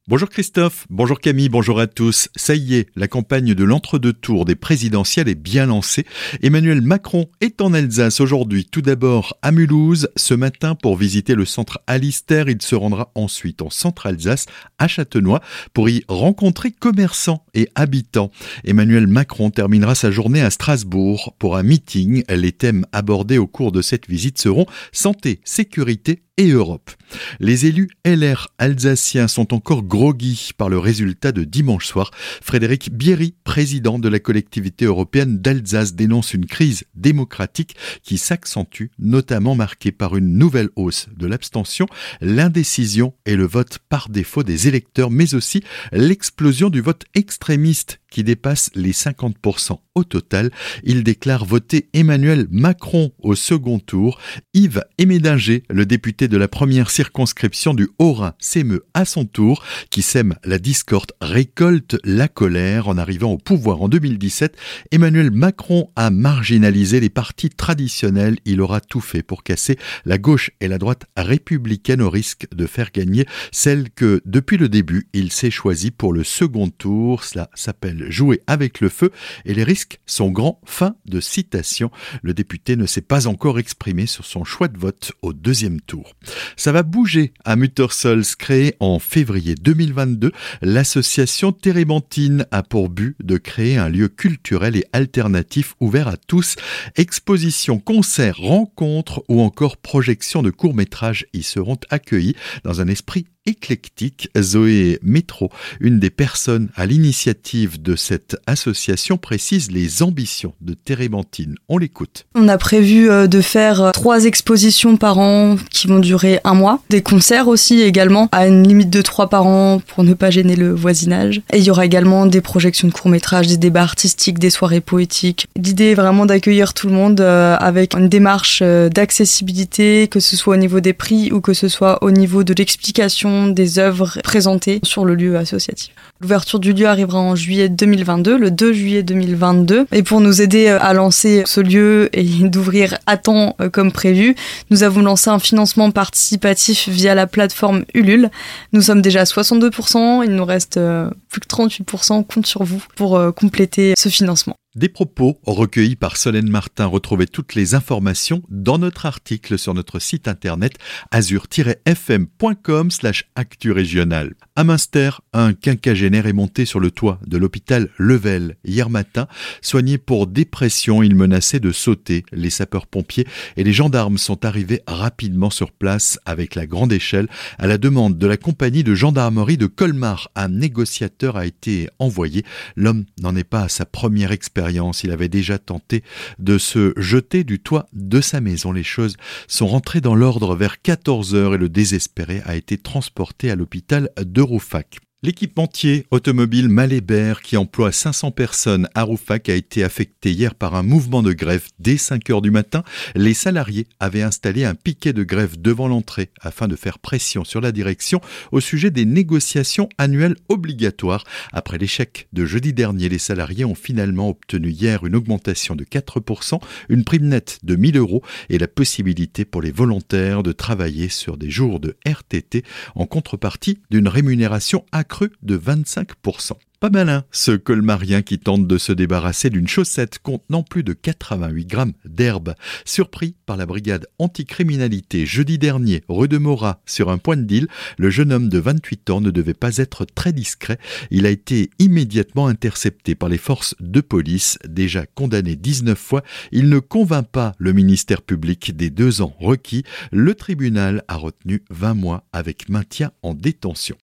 Bonjour Christophe, bonjour Camille, bonjour à tous. Ça y est, la campagne de l'entre-deux tours des présidentielles est bien lancée. Emmanuel Macron est en Alsace aujourd'hui. Tout d'abord à Mulhouse. Ce matin, pour visiter le centre Alister, il se rendra ensuite en centre-Alsace, à Châtenois, pour y rencontrer commerçants et habitants. Emmanuel Macron terminera sa journée à Strasbourg pour un meeting. Les thèmes abordés au cours de cette visite seront santé, sécurité et Europe. Les élus LR alsaciens sont encore groggy par le résultat de dimanche soir. Frédéric Bierry, président de la collectivité européenne d'Alsace, dénonce une crise démocratique qui s'accentue, notamment marquée par une nouvelle hausse de l'abstention, l'indécision et le vote par défaut des électeurs, mais aussi l'explosion du vote extrémiste qui dépasse les 50% au total. Il déclare voter Emmanuel Macron au second tour. Yves Emédinger, le député de la première circonscription du Haut-Rhin, s'émeut à son tour, qui sème la discorde, récolte la colère. En arrivant au pouvoir en 2017, Emmanuel Macron a marginalisé les partis traditionnels. Il aura tout fait pour casser la gauche et la droite républicaine au risque de faire gagner celle que, depuis le début, il s'est choisi pour le second tour. Cela s'appelle jouer avec le feu et les risques sont grands. Fin de citation. Le député ne s'est pas encore exprimé sur son choix de vote au deuxième tour. Ça va bouger à Muttersols. Créée en février 2022, l'association Térébenthine a pour but de créer un lieu culturel et alternatif ouvert à tous. Expositions, concerts, rencontres ou encore projections de courts-métrages y seront accueillis dans un esprit éclectique. Zoé Métro, une des personnes à l'initiative de cette association, précise les ambitions de Térébenthine. On l'écoute. On a prévu de faire 3 expositions par an qui vont durer 1 mois. Des concerts aussi également, à une limite de 3 par an pour ne pas gêner le voisinage. Et il y aura également des projections de courts-métrages, des débats artistiques, des soirées poétiques. L'idée est vraiment d'accueillir tout le monde avec une démarche d'accessibilité, que ce soit au niveau des prix ou que ce soit au niveau de l'explication des œuvres présentées sur le lieu associatif. L'ouverture du lieu arrivera en juillet 2022, le 2 juillet 2022. Et pour nous aider à lancer ce lieu et d'ouvrir à temps comme prévu, nous avons lancé un financement participatif via la plateforme Ulule. Nous sommes déjà à 62%, il nous reste plus que 38%. Compte sur vous pour compléter ce financement. Des propos recueillis par Solène Martin. Retrouvez toutes les informations dans notre article sur notre site internet azur-fm.com/actu régional. À Münster, un quinquagénaire est monté sur le toit de l'hôpital Level hier matin. Soigné pour dépression, il menaçait de sauter. Les sapeurs-pompiers et les gendarmes sont arrivés rapidement sur place avec la grande échelle. À la demande de la compagnie de gendarmerie de Colmar, un négociateur a été envoyé. L'homme n'en est pas à sa première expérience. Il avait déjà tenté de se jeter du toit de sa maison. Les choses sont rentrées dans l'ordre vers 14h et le désespéré a été transporté à l'hôpital de Rouffach. L'équipementier automobile Malébert, qui emploie 500 personnes à Rouffach, a été affecté hier par un mouvement de grève. Dès 5h du matin, les salariés avaient installé un piquet de grève devant l'entrée afin de faire pression sur la direction au sujet des négociations annuelles obligatoires. Après l'échec de jeudi dernier, les salariés ont finalement obtenu hier une augmentation de 4%, une prime nette de 1 000 € et la possibilité pour les volontaires de travailler sur des jours de RTT en contrepartie d'une rémunération accrue de 25%. Pas malin, ce colmarien qui tente de se débarrasser d'une chaussette contenant plus de 88 grammes d'herbe. Surpris par la brigade anticriminalité jeudi dernier, rue de Morat, sur un point de deal, le jeune homme de 28 ans ne devait pas être très discret. Il a été immédiatement intercepté par les forces de police. Déjà condamné 19 fois, il ne convainc pas le ministère public des 2 ans requis. Le tribunal a retenu 20 mois avec maintien en détention.